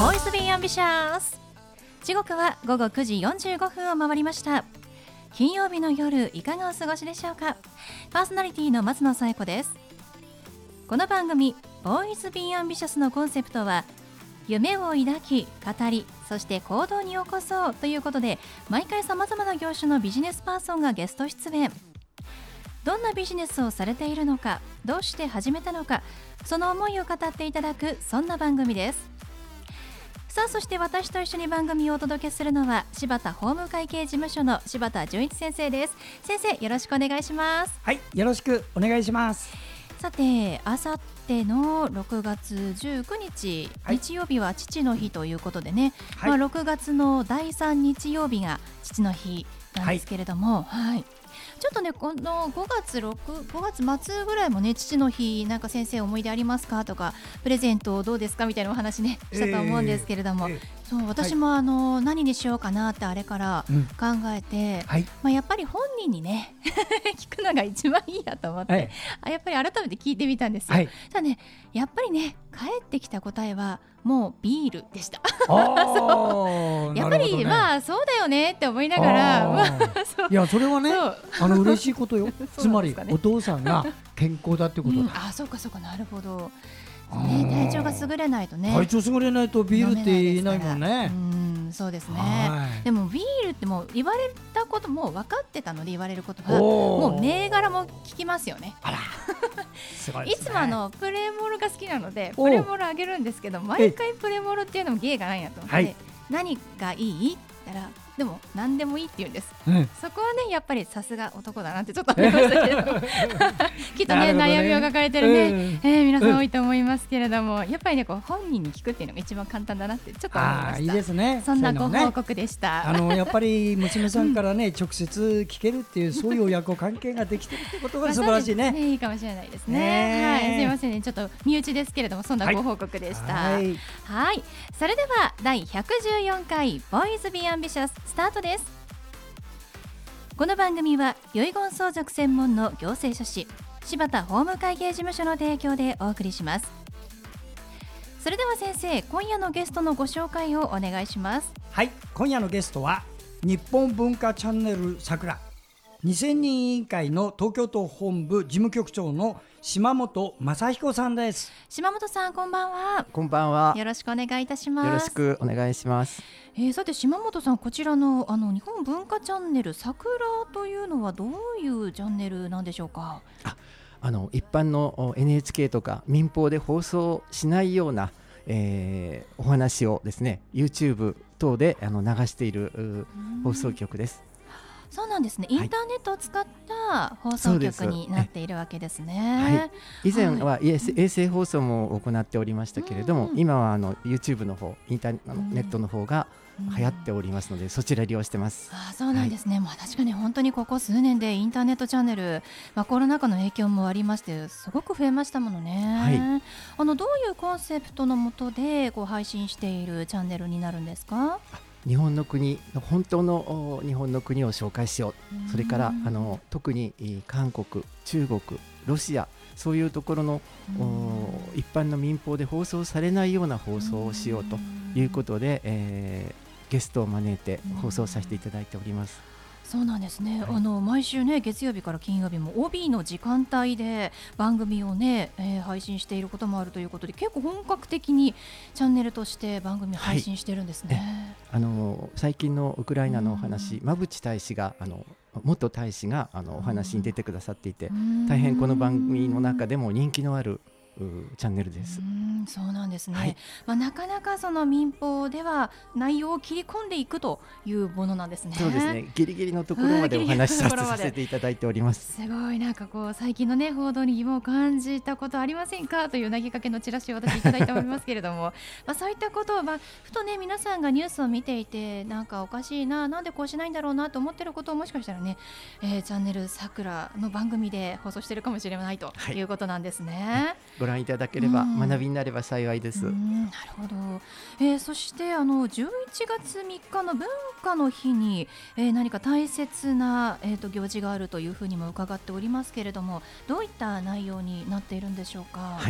ボーイズビーアンビシャス。時刻は午後9時45分を回りました。金曜日の夜いかがお過ごしでしょうか。パーソナリティの松野紗友子です。この番組ボーイズビーアンビシャスのコンセプトは、夢を抱き語り、そして行動に起こそうということで、毎回さまざまな業種のビジネスパーソンがゲスト出演。どんなビジネスをされているのか、どうして始めたのか、その思いを語っていただく、そんな番組です。さあ、そして私と一緒に番組をお届けするのは、柴田法務会計事務所の柴田純一先生です。先生、よろしくお願いします。 はい、よろしくお願いします。 さて、あさっての6月19日、 はい、 日曜日は父の日ということでね、 はい、 6月の第3日曜日が父の日なんですけれども、はいちょっとね、この5月末ぐらいもね、父の日なんか先生思い出ありますかとか、プレゼントどうですかみたいなお話ねしたと思うんですけれども、そう私も何にしようかなってあれから考えて、やっぱり本人にね聞くのが一番いいやと思って、やっぱり改めて聞いてみたんですよ。ただね、やっぱりね、返ってきた答えはもうビールでしたそうやっぱり、まあそうだよねって思いながら、 いやそれはね、嬉しいことよつまりお父さんが健康だってことだ、 そうかそうか、なるほどね、体調が優れないとね、 体調優れないとビールって言えないもんね。 そうですね。でもビールってもう言われたことも分かってたので、言われることはもう銘柄も聞きますよね。あらすごいですね。いつもプレモルが好きなのでプレモルあげるんですけど、毎回プレモルっていうのも芸がないなと思って、何がいいって言ったら、でも何でもいいって言うんです、そこはね、やっぱりさすが男だなってちょっと思いましたけれどもきっとね、悩みを抱えてるね、皆さん多いと思いますけれども、やっぱりね、こう本人に聞くっていうのが一番簡単だなってちょっと思いました。 いいですね。 そんなご報告でした。 やっぱり娘さんからね、直接聞けるっていう、そういう親子関係ができてるってことが素晴らしいね。 いいかもしれないですね。すいませんね、ちょっと身内ですけれども、そんなご報告でした。はい、それでは第114回ボーイズビーアンビシャススタートです。この番組は遺言相続専門の行政書士、柴田法務会計事務所の提供でお送りします。それでは先生、今夜のゲストのご紹介をお願いします。 はい、今夜のゲストは日本文化チャンネルさくら2000人委員会の東京都本部事務局長の島本正彦さんです。 島本さん、こんばんは。 こんばんは。 よろしくお願いいたします。 よろしくお願いします。 さて島本さん、こちらの日本文化チャンネルさくらというのはどういうチャンネルなんでしょうか。 一般の NHK とか民放で放送しないような、お話をですね、 YouTube 等で流している放送局です。 そうなんですね。インターネットを使った放送局になっているわけですね。 以前は衛星放送も行っておりましたけれども、今はYouTube の方、インターネットの方が流行っておりますので、そちら利用してます。 そうなんですね。確かに本当にここ数年でインターネットチャンネル、コロナ禍の影響もありまして、すごく増えましたものね。どういうコンセプトの下で配信しているチャンネルになるんですか。 日本の国の本当の日本の国を紹介しよう。それから特に韓国、中国、ロシア、そういうところの一般の民放で放送されないような放送をしようということで、ゲストを招いて放送させていただいております。 そうなんですね。毎週ね、月曜日から金曜日も OB の時間帯で番組をね、配信していることもあるということで、結構本格的にチャンネルとして番組配信してるんですね。 最近のウクライナのお話、馬淵大使が元大使がお話に出てくださっていて、大変この番組の中でも人気のあるチャンネルです。 そうなんですね。なかなかその民放では内容を切り込んでいくというものなんですね。 そうですね。ギリギリのところまでお話しさせていただいております。 すごい、なんか最近のね、報道に疑問を感じたことありませんかという投げかけのチラシを私いただいておりますけれどもそういったことを、ふとね、皆さんがニュースを見ていて、なんかおかしいな、なんでこうしないんだろうなと思ってることを、もしかしたらね、チャンネルさくらの番組で放送しているかもしれないということなんですね。 ご覧いただければ、学びになれば幸いです。 なるほど。そして11月3日の文化の日に、何か大切な、行事があるというふうにも伺っておりますけれども、どういった内容になっているんでしょうか。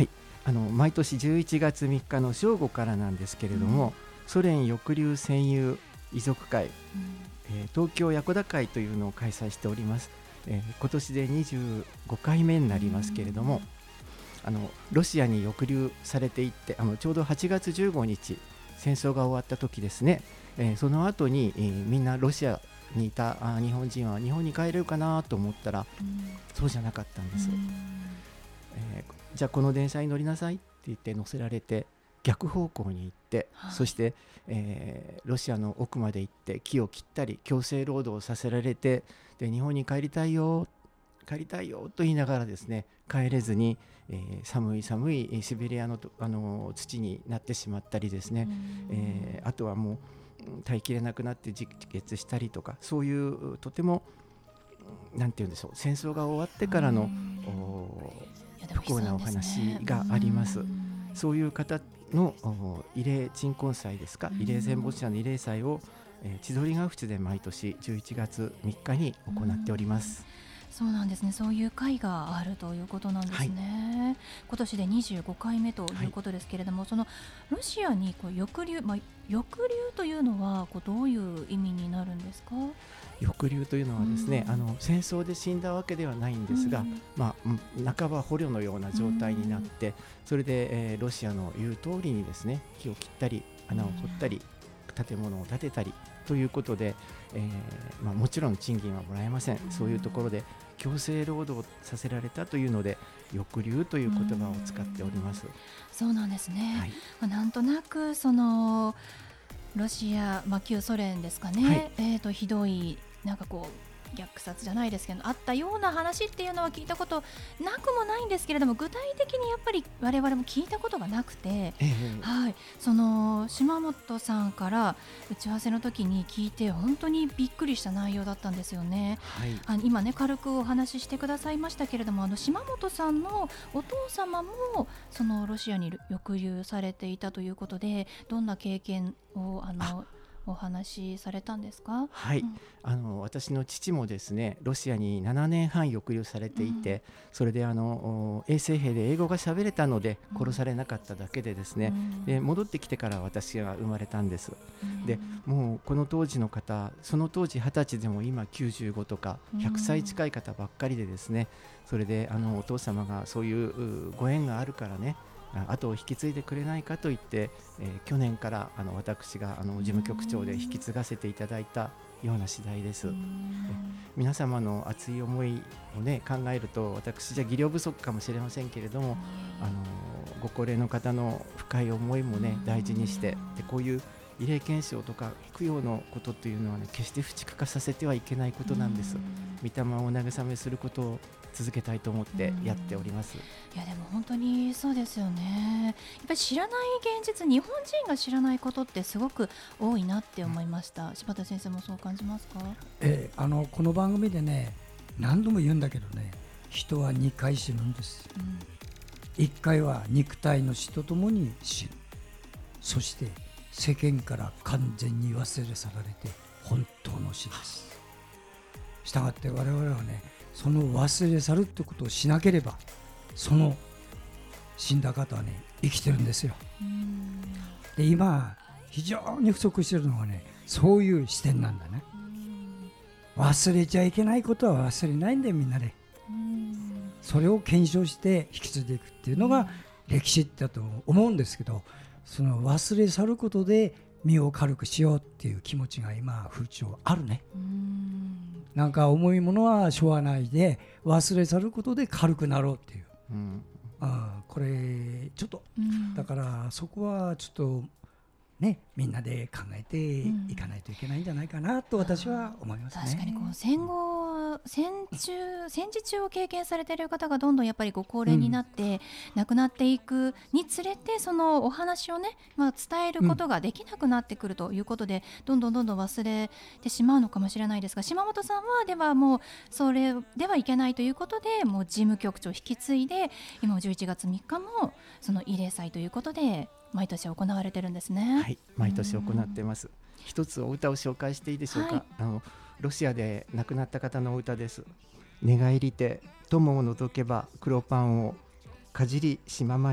毎年11月3日の正午からなんですけれども、ソ連抑留戦友遺族会、東京ヤコダ会というのを開催しております。今年で25回目になりますけれども、ロシアに抑留されていって、ちょうど8月15日戦争が終わった時ですね、その後に、みんなロシアにいた日本人は日本に帰れるかなと思ったら、そうじゃなかったんです。じゃあこの電車に乗りなさいって言って乗せられて逆方向に行って、そして、ロシアの奥まで行って木を切ったり強制労働させられて、で日本に帰りたいよ帰りたいよと言いながらですね、帰れずに、寒いシベリアの、土になってしまったりですね、あとはもう耐えきれなくなって自決したりとか、そういうとてもなんて言うんでしょう、戦争が終わってからの不幸なお話があります。そういう方の慰霊鎮魂祭ですか、慰霊戦没者の慰霊祭を、千鳥ヶ淵で毎年11月3日に行っております。 そうなんですね。そういう会があるということなんですね。今年で25回目ということですけれども、そのロシアに抑留、抑留というのはどういう意味になるんですか？ 抑留というのはですね、戦争で死んだわけではないんですが、半ば捕虜のような状態になって、それで、ロシアの言う通りにですね、木を切ったり穴を掘ったり建物を建てたりということで、もちろん賃金はもらえません。そういうところで強制労働させられたというので抑留という言葉を使っております。 そうなんですね、なんとなくそのロシア、旧ソ連ですかね、ひどいなんか虐殺じゃないですけどあったような話っていうのは聞いたことなくもないんですけれども、具体的にやっぱり我々も聞いたことがなくて、その島本さんから打ち合わせの時に聞いて本当にびっくりした内容だったんですよね。今ね軽くお話ししてくださいましたけれども、島本さんのお父様もそのロシアに抑留されていたということで、どんな経験をお話しされたんですか？ 私の父もですね、ロシアに7年半抑留されていて、それで衛生兵で英語が喋れたので殺されなかっただけでですね、で戻ってきてから私が生まれたんです。でもうこの当時の方、その当時20歳でも今95とか100歳近い方ばっかりでですね、それでお父様がそういうご縁があるからね、後を引き継いでくれないかと言って、去年から私が事務局長で引き継がせていただいたような次第です。皆様の熱い思いを、考えると私じゃ技量不足かもしれませんけれども、ご高齢の方の深い思いも、大事にして、でこういう慰霊検証とか供養のことというのは、決して不畜化させてはいけないことなんです。御霊を慰めすることを続けたいと思ってやっております。 いやでも本当にそうですよね。やっぱり知らない現実、日本人が知らないことってすごく多いなって思いました。柴田先生もそう感じますか？ この番組でね何度も言うんだけどね、人は2回死ぬんです、1回は肉体の死とともに死ぬ、そして世間から完全に忘れ去られて本当の死です。したがって我々はね、その忘れ去るってことをしなければ、その死んだ方はね生きてるんですよ。で今非常に不足しているのがね、そういう視点なんだね。忘れちゃいけないことは忘れないんだよ、みんなで。それを検証して引き継いでいくっていうのが歴史だと思うんですけど、その忘れ去ることで身を軽くしようっていう気持ちが今風潮あるね。なんか重いものはしょうがないで忘れ去ることで軽くなろうっていう、これちょっと、だからそこはちょっとね、みんなで考えていかないといけないんじゃないかなと私は思いますね。 確かに戦後戦時中を経験されている方がどんどんやっぱりご高齢になって亡くなっていくにつれて、そのお話をね、伝えることができなくなってくるということで、どんどん忘れてしまうのかもしれないですが、島本さんはではもうそれではいけないということで、もう事務局長を引き継いで今11月3日もその慰霊祭ということで毎年行われてるんですね。 はい、毎年行ってます。一つお歌を紹介していいでしょうか。ロシアで亡くなった方のお歌です。寝返りて友を除けば黒パンをかじりしままに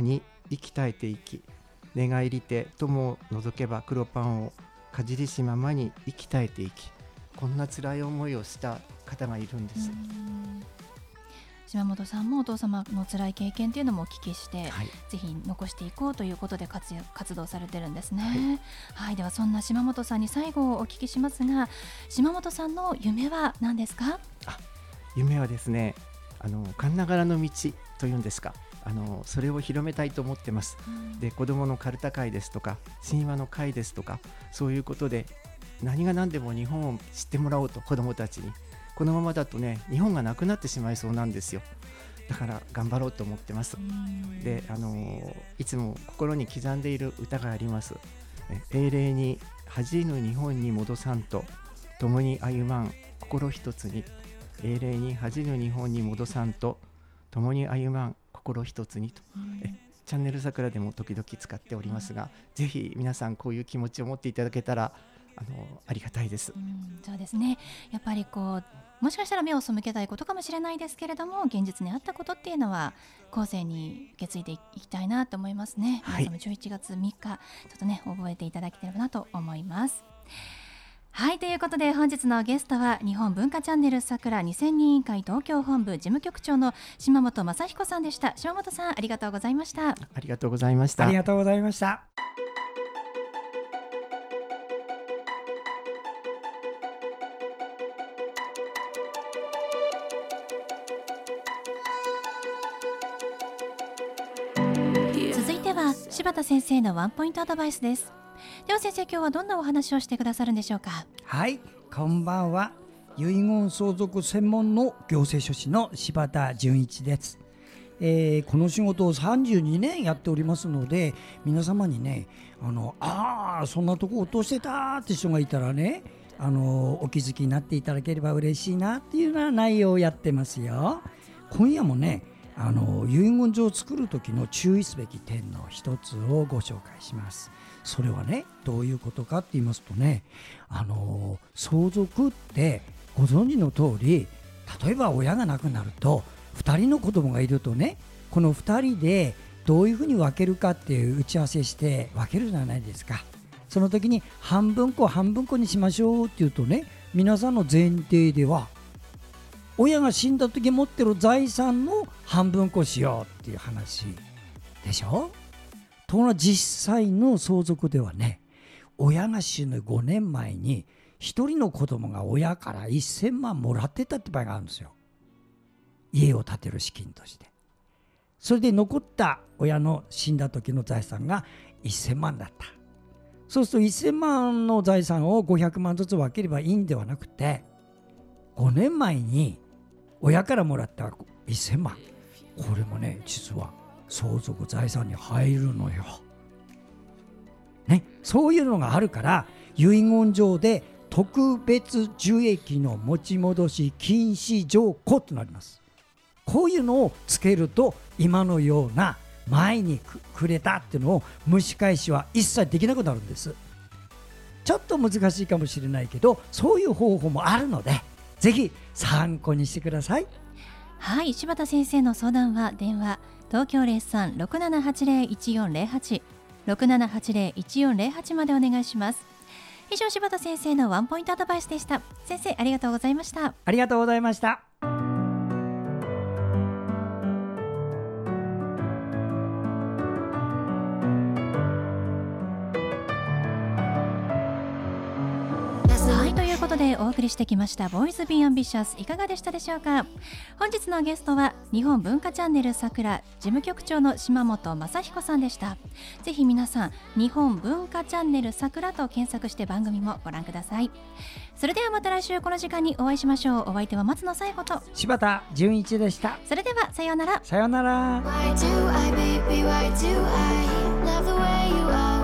息絶えていき、寝返りて友を除けば黒パンをかじりしままに息絶えていき、こんな辛い思いをした方がいるんです。 島本さんもお父様の辛い経験というのもお聞きして、 はい、 ぜひ残していこうということで活動されてるんですね。はい、ではそんな島本さんに最後お聞きしますが、島本さんの夢は何ですか？ 夢はですね、カンナガラの道というんですか、それを広めたいと思ってます。で、子どものカルタ会ですとか神話の会ですとか、そういうことで何が何でも日本を知ってもらおうと、子どもたちに。このままだとね、日本がなくなってしまいそうなんですよ。だから頑張ろうと思ってます。で、いつも心に刻んでいる歌があります。英霊に恥じぬ日本に戻さんと、共に歩まん心一つに。英霊に恥じぬ日本に戻さんと、共に歩まん心一つにと。チャンネル桜でも時々使っておりますが、ぜひ皆さんこういう気持ちを持っていただけたらありがたいです。 そうですね、やっぱりもしかしたら目を背けたいことかもしれないですけれども、現実にあったことっていうのは後世に受け継いでいきたいなと思いますね。皆さんも11月3日ちょっとね覚えていただければなと思います。はい、ということで本日のゲストは日本文化チャンネル桜2000人委員会東京本部事務局長の島本雅彦さんでした。島本さん、ありがとうございました。 ありがとうございました。 ありがとうございました。 続いては柴田先生のワンポイントアドバイスです。では先生、今日はどんなお話をしてくださるんでしょうか？ はい、こんばんは。遺言相続専門の行政書士の柴田純一です。この仕事を32年やっておりますので、皆様にね、そんなとこ落としてたって人がいたらね、お気づきになっていただければ嬉しいなっていうような内容をやってますよ。今夜もね、遺言状を作る時の注意すべき点の一つをご紹介します。それはね、どういうことかって言いますとね、相続ってご存知の通り、例えば親が亡くなると2人の子供がいるとね、この2人でどういうふうに分けるかっていう打ち合わせして分けるじゃないですか。その時に半分こにしましょうっていうとね、皆さんの前提では親が死んだ時持ってる財産の半分こしようっていう話でしょ。ところが実際の相続ではね、親が死ぬ5年前に1人の子供が親から1000万もらってたって場合があるんですよ。家を建てる資金として。それで残った親の死んだ時の財産が1000万だった。そうすると1000万の財産を500万ずつ分ければいいんではなくて、5年前に親からもらった1000万、これもね、実は相続財産に入るのよ、ね、そういうのがあるから、遺言状で特別受益の持ち戻し禁止条項となります。こういうのをつけると、今のような前にくれたっていうのを蒸し返しは一切できなくなるんです。ちょっと難しいかもしれないけど、そういう方法もあるので、ぜひ参考にしてください。 はい、柴田先生の相談は電話東京 03-6780-1408 6780-1408 までお願いします。以上、柴田先生のワンポイントアドバイスでした。先生、ありがとうございました。 ありがとうございました。 ということでお送りしてきましたボーイズビーアンビシャス、いかがでしたでしょうか？本日のゲストは日本文化チャンネル桜事務局長の島本雅彦さんでした。ぜひ皆さん、日本文化チャンネル桜と検索して番組もご覧ください。それではまた来週この時間にお会いしましょう。お相手は松野紗友子と柴田純一でした。 それではさようなら。 さようなら。 Why do I, baby, why do I love the way you are?